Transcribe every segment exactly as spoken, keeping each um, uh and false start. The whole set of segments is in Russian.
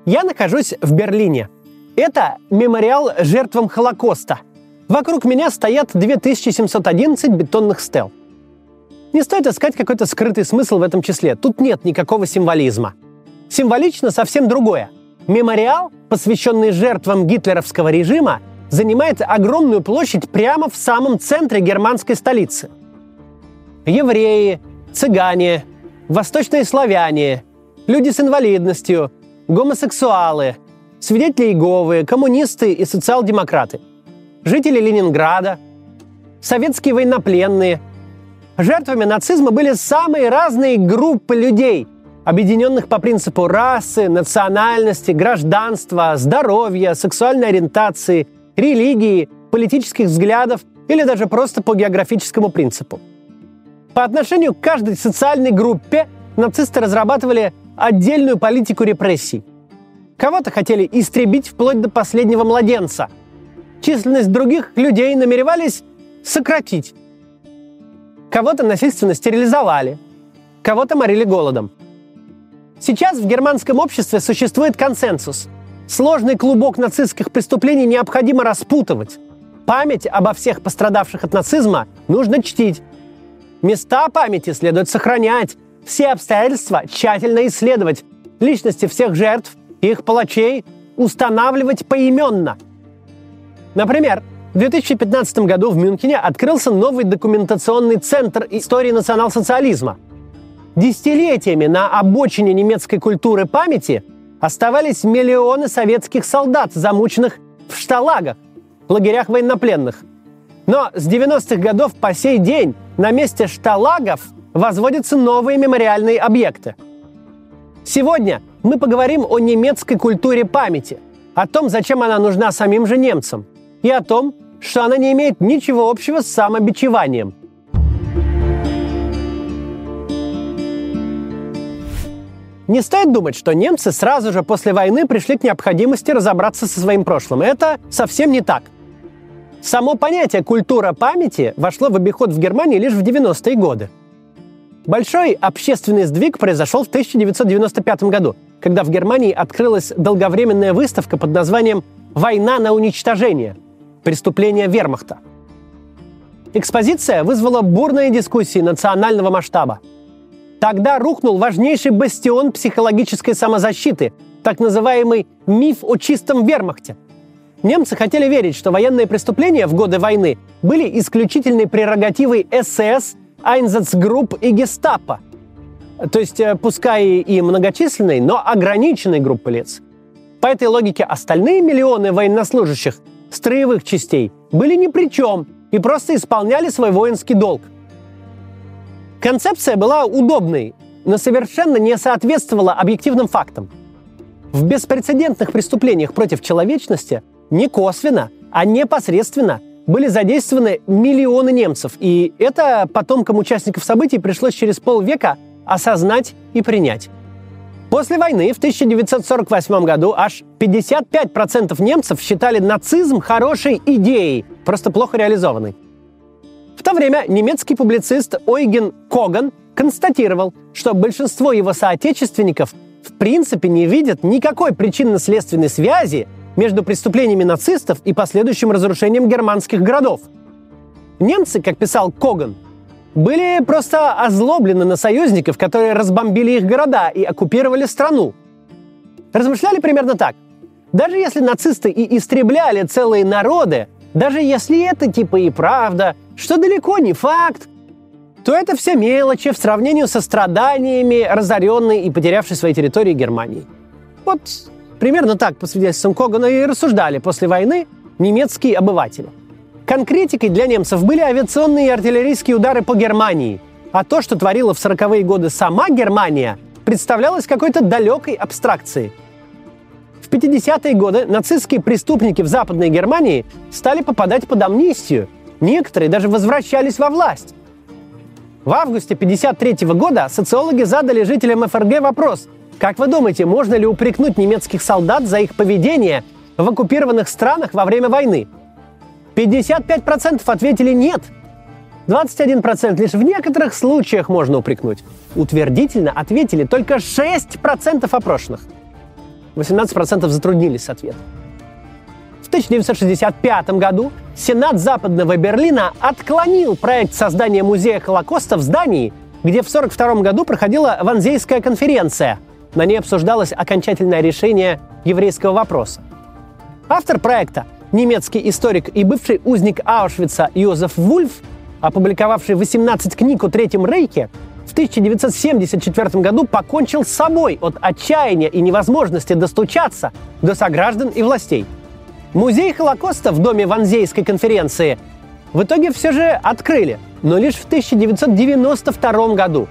Я нахожусь в Берлине. Это мемориал жертвам Холокоста. Вокруг меня стоят две тысячи семьсот одиннадцать бетонных стел. Не стоит искать какой-то скрытый смысл в этом числе. Тут нет никакого символизма. Символично совсем другое. Мемориал, посвященный жертвам гитлеровского режима, занимает огромную площадь прямо в самом центре германской столицы. Евреи, цыгане, восточные славяне, люди с инвалидностью, гомосексуалы, свидетели Иеговы, коммунисты и социал-демократы, жители Ленинграда, советские военнопленные. Жертвами нацизма были самые разные группы людей, объединенных по принципу расы, национальности, гражданства, здоровья, сексуальной ориентации, религии, политических взглядов или даже просто по географическому принципу. По отношению к каждой социальной группе нацисты разрабатывали отдельную политику репрессий. Кого-то хотели истребить вплоть до последнего младенца. Численность других людей намеревались сократить. Кого-то насильственно стерилизовали, кого-то морили голодом. Сейчас в германском обществе существует консенсус. Сложный клубок нацистских преступлений необходимо распутывать. Память обо всех пострадавших от нацизма нужно чтить. Места памяти следует сохранять, все обстоятельства тщательно исследовать, личности всех жертв и их палачей устанавливать поименно. Например, в две тысячи пятнадцатом году в Мюнхене открылся новый документационный центр истории национал-социализма. Десятилетиями на обочине немецкой культуры памяти оставались миллионы советских солдат, замученных в шталагах, лагерях военнопленных. Но с девяностых годов по сей день на месте шталагов возводятся новые мемориальные объекты. Сегодня мы поговорим о немецкой культуре памяти, о том, зачем она нужна самим же немцам, и о том, что она не имеет ничего общего с самобичеванием. Не стоит думать, что немцы сразу же после войны пришли к необходимости разобраться со своим прошлым. Это совсем не так. Само понятие «культура памяти» вошло в обиход в Германии лишь в девяностые годы. Большой общественный сдвиг произошел в тысяча девятьсот девяносто пятом году, когда в Германии открылась долговременная выставка под названием «Война на уничтожение. Преступления вермахта». Экспозиция вызвала бурные дискуссии национального масштаба. Тогда рухнул важнейший бастион психологической самозащиты, так называемый миф о чистом вермахте. Немцы хотели верить, что военные преступления в годы войны были исключительной прерогативой эс эс, Einsatzgruppe и гестапо. То есть, пускай и многочисленной, но ограниченной группы лиц. По этой логике остальные миллионы военнослужащих строевых частей были ни при чем и просто исполняли свой воинский долг. Концепция была удобной, но совершенно не соответствовала объективным фактам. В беспрецедентных преступлениях против человечности не косвенно, а непосредственно были задействованы миллионы немцев, и это потомкам участников событий пришлось через полвека осознать и принять. После войны в тысяча девятьсот сорок восьмом году аж пятьдесят пять процентов немцев считали нацизм хорошей идеей, просто плохо реализованной. В то время немецкий публицист Ойген Коган констатировал, что большинство его соотечественников в принципе не видят никакой причинно-следственной связи между преступлениями нацистов и последующим разрушением германских городов. Немцы, как писал Коган, были просто озлоблены на союзников, которые разбомбили их города и оккупировали страну. Размышляли примерно так. Даже если нацисты и истребляли целые народы, даже если это типа и правда, что далеко не факт, то это все мелочи в сравнении со страданиями разоренной и потерявшей свои территории Германии. Вот примерно так, по свидетельствам Когана, и рассуждали после войны немецкие обыватели. Конкретикой для немцев были авиационные и артиллерийские удары по Германии, а то, что творила в сороковые годы сама Германия, представлялось какой-то далекой абстракцией. В пятидесятые годы нацистские преступники в Западной Германии стали попадать под амнистию. Некоторые даже возвращались во власть. В августе пятьдесят третьего года социологи задали жителям эф эр гэ вопрос: как вы думаете, можно ли упрекнуть немецких солдат за их поведение в оккупированных странах во время войны? пятьдесят пять процентов ответили «нет». двадцать один процент лишь в некоторых случаях можно упрекнуть. Утвердительно ответили только шесть процентов опрошенных. восемнадцать процентов затруднились с ответом. В тысяча девятьсот шестьдесят пятом году Сенат Западного Берлина отклонил проект создания музея Холокоста в здании, где в сорок втором году проходила Ванзейская конференция. На ней обсуждалось окончательное решение еврейского вопроса. Автор проекта, немецкий историк и бывший узник Аушвица Йозеф Вульф, опубликовавший восемнадцать книг о Третьем Рейхе, в тысяча девятьсот семьдесят четвёртом году покончил с собой от отчаяния и невозможности достучаться до сограждан и властей. Музей Холокоста в доме Ванзейской конференции в итоге все же открыли, но лишь в тысяча девятьсот девяносто втором году.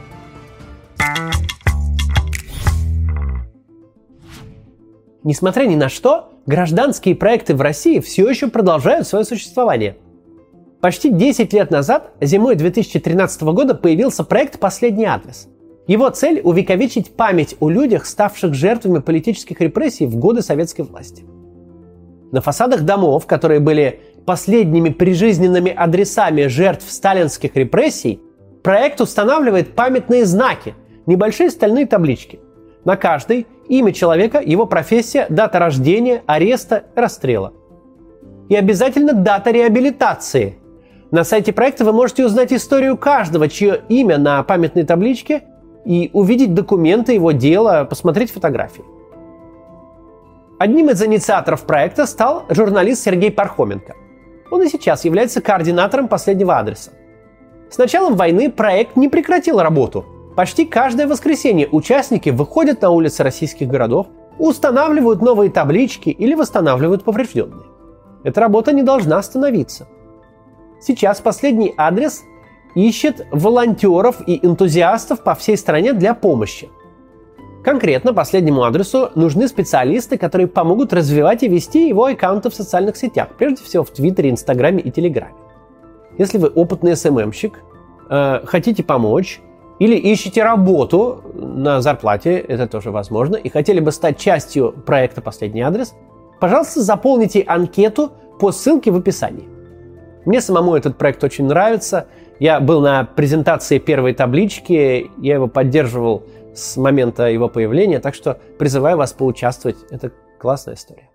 Несмотря ни на что, гражданские проекты в России все еще продолжают свое существование. Почти десять лет назад, зимой две тысячи тринадцатого года, появился проект «Последний адрес». Его цель – увековечить память о людях, ставших жертвами политических репрессий в годы советской власти. На фасадах домов, которые были последними прижизненными адресами жертв сталинских репрессий, проект устанавливает памятные знаки – небольшие стальные таблички. На каждой – имя человека, его профессия, дата рождения, ареста, расстрела. И обязательно дата реабилитации. На сайте проекта вы можете узнать историю каждого, чье имя на памятной табличке, и увидеть документы его дела, посмотреть фотографии. Одним из инициаторов проекта стал журналист Сергей Пархоменко. Он и сейчас является координатором «Последнего адреса». С началом войны проект не прекратил работу. Почти каждое воскресенье участники выходят на улицы российских городов, устанавливают новые таблички или восстанавливают поврежденные. Эта работа не должна остановиться. Сейчас «Последний адрес» ищет волонтеров и энтузиастов по всей стране для помощи. Конкретно «Последнему адресу» нужны специалисты, которые помогут развивать и вести его аккаунты в социальных сетях, прежде всего в Твиттере, Инстаграме и Телеграме. Если вы опытный эс эм эм-щик, э, хотите помочь, или ищете работу на зарплате, это тоже возможно, и хотели бы стать частью проекта «Последний адрес», пожалуйста, заполните анкету по ссылке в описании. Мне самому этот проект очень нравится. Я был на презентации первой таблички, я его поддерживал с момента его появления, так что призываю вас поучаствовать. Это классная история.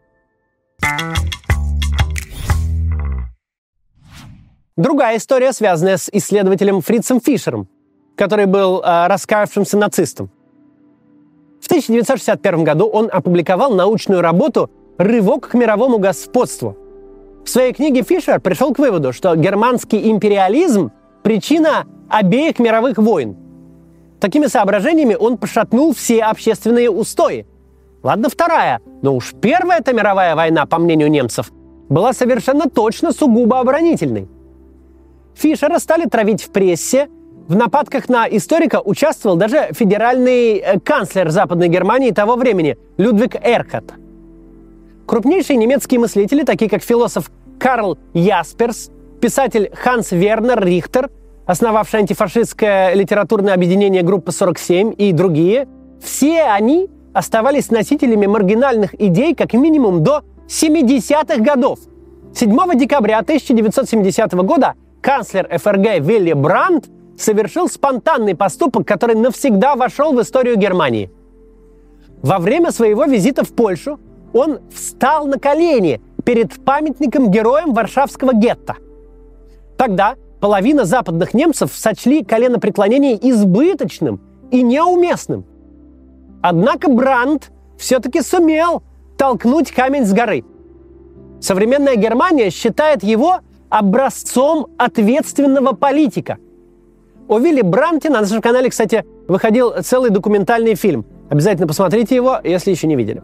Другая история, связанная с исследователем Фрицем Фишером, который был э, раскаявшимся нацистом. В тысяча девятьсот шестьдесят первом году он опубликовал научную работу «Рывок к мировому господству». В своей книге Фишер пришел к выводу, что германский империализм – причина обеих мировых войн. Такими соображениями он пошатнул все общественные устои. Ладно, вторая, но уж Первая-то мировая война, по мнению немцев, была совершенно точно сугубо оборонительной. Фишера стали травить в прессе. В нападках на историка участвовал даже федеральный канцлер Западной Германии того времени Людвиг Эрхард. Крупнейшие немецкие мыслители, такие как философ Карл Ясперс, писатель Ханс Вернер Рихтер, основавший антифашистское литературное объединение «Группа сорок семь» и другие, все они оставались носителями маргинальных идей как минимум до семидесятых годов. седьмого декабря тысяча девятьсот семидесятого года канцлер эф эр гэ Вилли Брандт совершил спонтанный поступок, который навсегда вошел в историю Германии. Во время своего визита в Польшу он встал на колени перед памятником героям Варшавского гетто. Тогда половина западных немцев сочли коленопреклонение избыточным и неуместным. Однако Брандт все-таки сумел толкнуть камень с горы. Современная Германия считает его образцом ответственного политика. О Вилли Брандте на нашем канале, кстати, выходил целый документальный фильм. Обязательно посмотрите его, если еще не видели.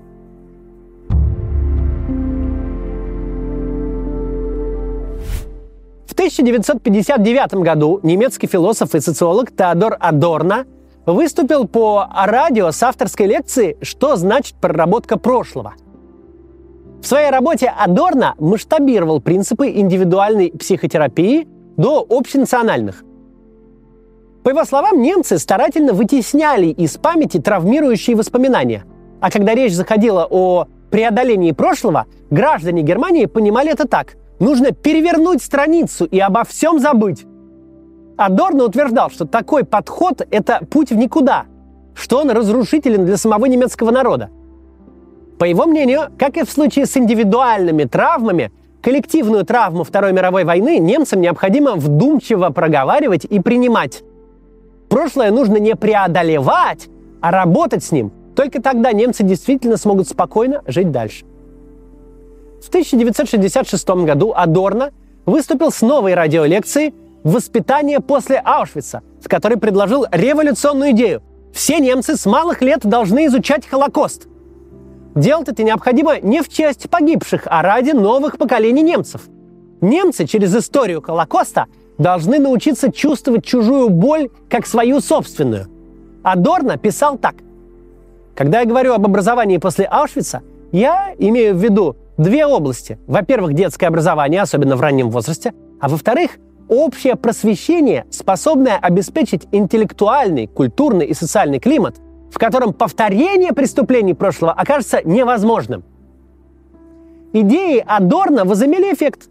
В тысяча девятьсот пятьдесят девятом году немецкий философ и социолог Теодор Адорно выступил по радио с авторской лекцией «Что значит проработка прошлого?». В своей работе Адорно масштабировал принципы индивидуальной психотерапии до общенациональных. По его словам, немцы старательно вытесняли из памяти травмирующие воспоминания. А когда речь заходила о преодолении прошлого, граждане Германии понимали это так: нужно перевернуть страницу и обо всем забыть. Адорно утверждал, что такой подход – это путь в никуда, что он разрушителен для самого немецкого народа. По его мнению, как и в случае с индивидуальными травмами, коллективную травму Второй мировой войны немцам необходимо вдумчиво проговаривать и принимать. Прошлое нужно не преодолевать, а работать с ним. Только тогда немцы действительно смогут спокойно жить дальше. В тысяча девятьсот шестьдесят шестом году Адорно выступил с новой радиолекцией «Воспитание после Аушвица», в которой предложил революционную идею. Все немцы с малых лет должны изучать Холокост. Делать это необходимо не в честь погибших, а ради новых поколений немцев. Немцы через историю Холокоста должны научиться чувствовать чужую боль как свою собственную. Адорно писал так. Когда я говорю об образовании после Аушвица, я имею в виду две области. Во-первых, детское образование, особенно в раннем возрасте, а во-вторых, общее просвещение, способное обеспечить интеллектуальный, культурный и социальный климат, в котором повторение преступлений прошлого окажется невозможным. Идеи Адорно возымели эффект.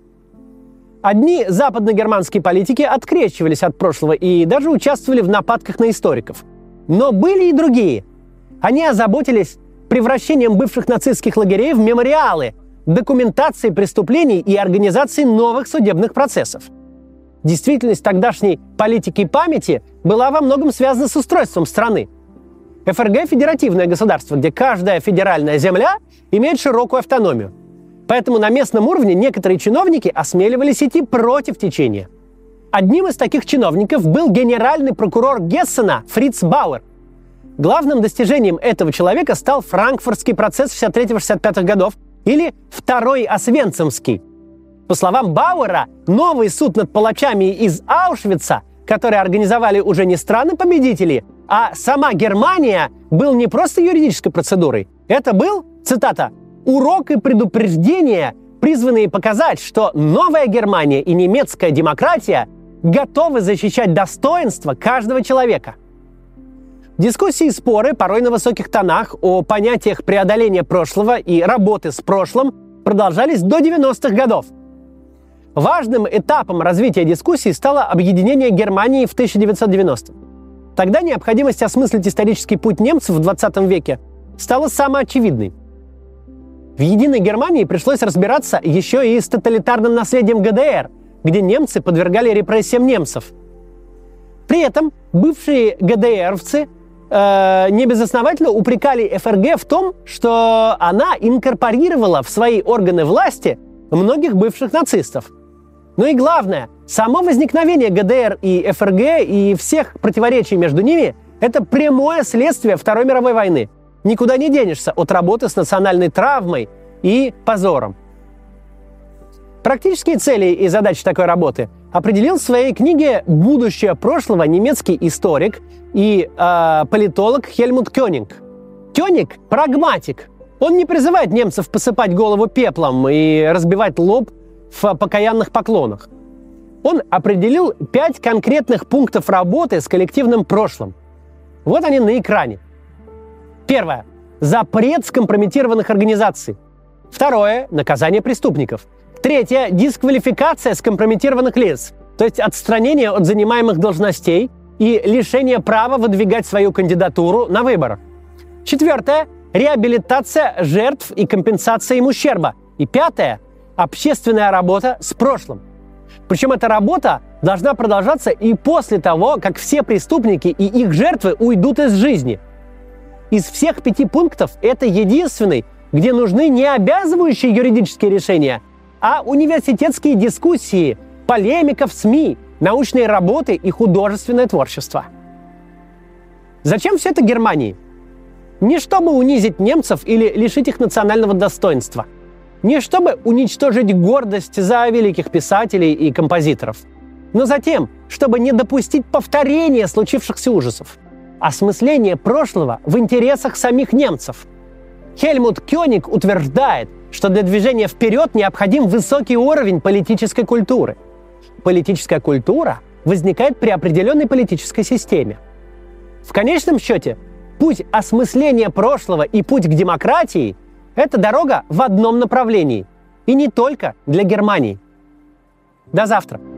Одни западногерманские политики открещивались от прошлого и даже участвовали в нападках на историков. Но были и другие. Они озаботились превращением бывших нацистских лагерей в мемориалы, документацией преступлений и организацией новых судебных процессов. Действительность тогдашней политики памяти была во многом связана с устройством страны. эф эр гэ – федеративное государство, где каждая федеральная земля имеет широкую автономию. Поэтому на местном уровне некоторые чиновники осмеливались идти против течения. Одним из таких чиновников был генеральный прокурор Гессена Фриц Бауэр. Главным достижением этого человека стал Франкфуртский процесс шестьдесят третьего — шестьдесят пятых годов или Второй Освенцимский. По словам Бауэра, новый суд над палачами из Аушвица, который организовали уже не страны-победители, а сама Германия, был не просто юридической процедурой. Это был, цитата, «урок и предупреждение, призванные показать, что новая Германия и немецкая демократия готовы защищать достоинство каждого человека». Дискуссии и споры, порой на высоких тонах, о понятиях преодоления прошлого и работы с прошлым продолжались до девяностых годов. Важным этапом развития дискуссий стало объединение Германии в тысяча девятьсот девяностом. Тогда необходимость осмыслить исторический путь немцев в двадцатом веке стала самоочевидной. В единой Германии пришлось разбираться еще и с тоталитарным наследием гэ дэ эр, где немцы подвергали репрессиям немцев. При этом бывшие гэ дэ эровцы э, небезосновательно упрекали эф эр гэ в том, что она инкорпорировала в свои органы власти многих бывших нацистов. Ну и главное, само возникновение гэ дэ эр и эф эр гэ и всех противоречий между ними – это прямое следствие Второй мировой войны. Никуда не денешься от работы с национальной травмой и позором. Практические цели и задачи такой работы определил в своей книге «Будущее прошлого» немецкий историк и э, политолог Хельмут Кёниг. Кёниг – прагматик. Он не призывает немцев посыпать голову пеплом и разбивать лоб в покаянных поклонах. Он определил пять конкретных пунктов работы с коллективным прошлым. Вот они на экране. Первое. Запрет скомпрометированных организаций. Второе. Наказание преступников. Третье. Дисквалификация скомпрометированных лиц, то есть отстранение от занимаемых должностей и лишение права выдвигать свою кандидатуру на выборах. Четвертое. Реабилитация жертв и компенсация им ущерба. И пятое. Общественная работа с прошлым. Причем эта работа должна продолжаться и после того, как все преступники и их жертвы уйдут из жизни. Из всех пяти пунктов это единственный, где нужны не обязывающие юридические решения, а университетские дискуссии, полемика в СМИ, научные работы и художественное творчество. Зачем все это Германии? Не чтобы унизить немцев или лишить их национального достоинства. Не чтобы уничтожить гордость за великих писателей и композиторов. Но затем, чтобы не допустить повторения случившихся ужасов. Осмысление прошлого в интересах самих немцев. Хельмут Кёниг утверждает, что для движения вперед необходим высокий уровень политической культуры. Политическая культура возникает при определенной политической системе. В конечном счете, путь осмысления прошлого и путь к демократии – это дорога в одном направлении. И не только для Германии. До завтра.